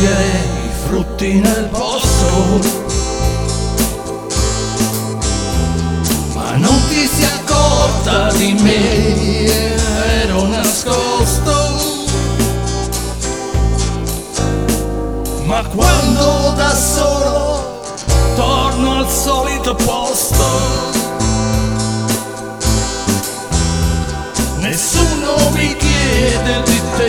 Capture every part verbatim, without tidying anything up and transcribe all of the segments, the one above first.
raccogliere i frutti nel bosco, ma non ti sei accorta di me, ero nascosto. Ma quando da solo torno al solito posto, nessuno mi chiede di te,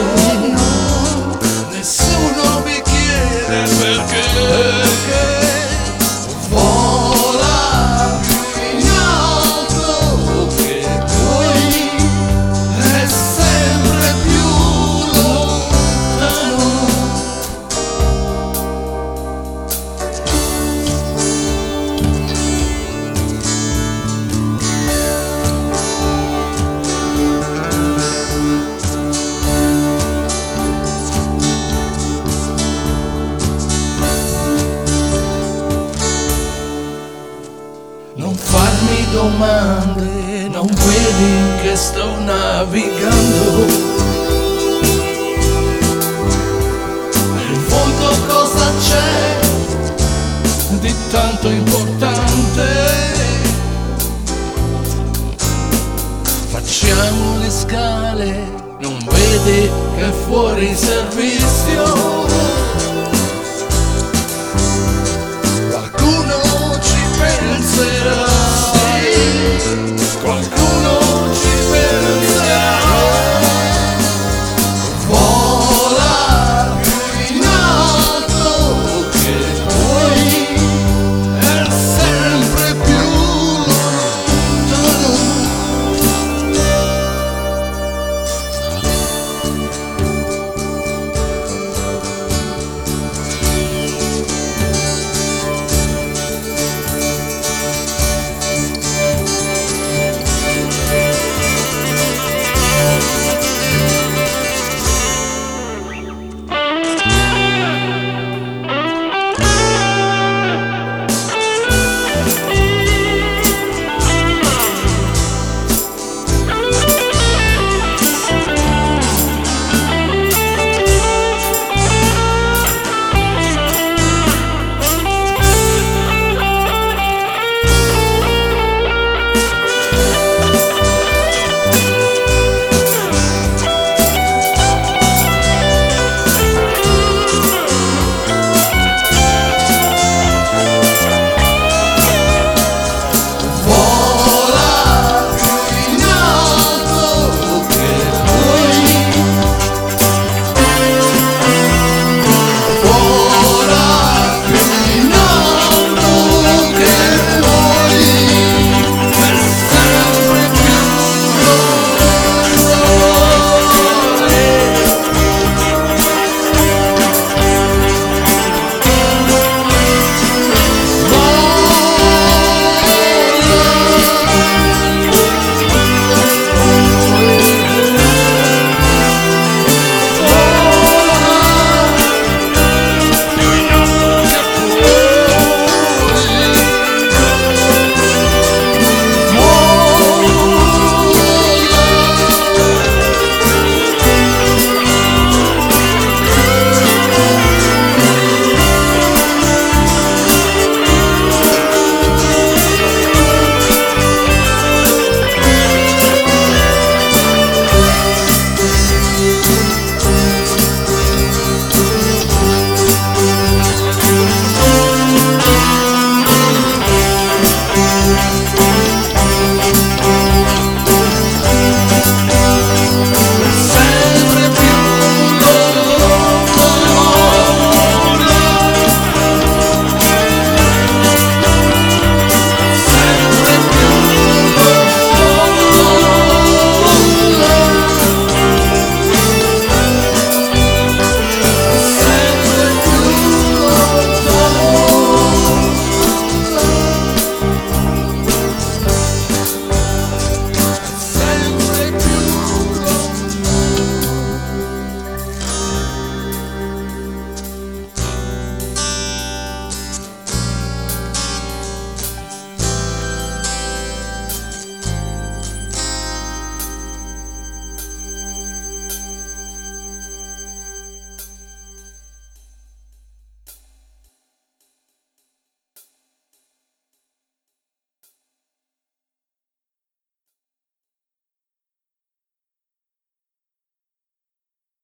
nessuno mi chiede perché, perché vola più in alto che poi è sempre più lontano. Non farmi domande, non vedi che sto navigando? In fondo cosa c'è di tanto importante? Facciamo le scale, non vedi che è fuori servizio?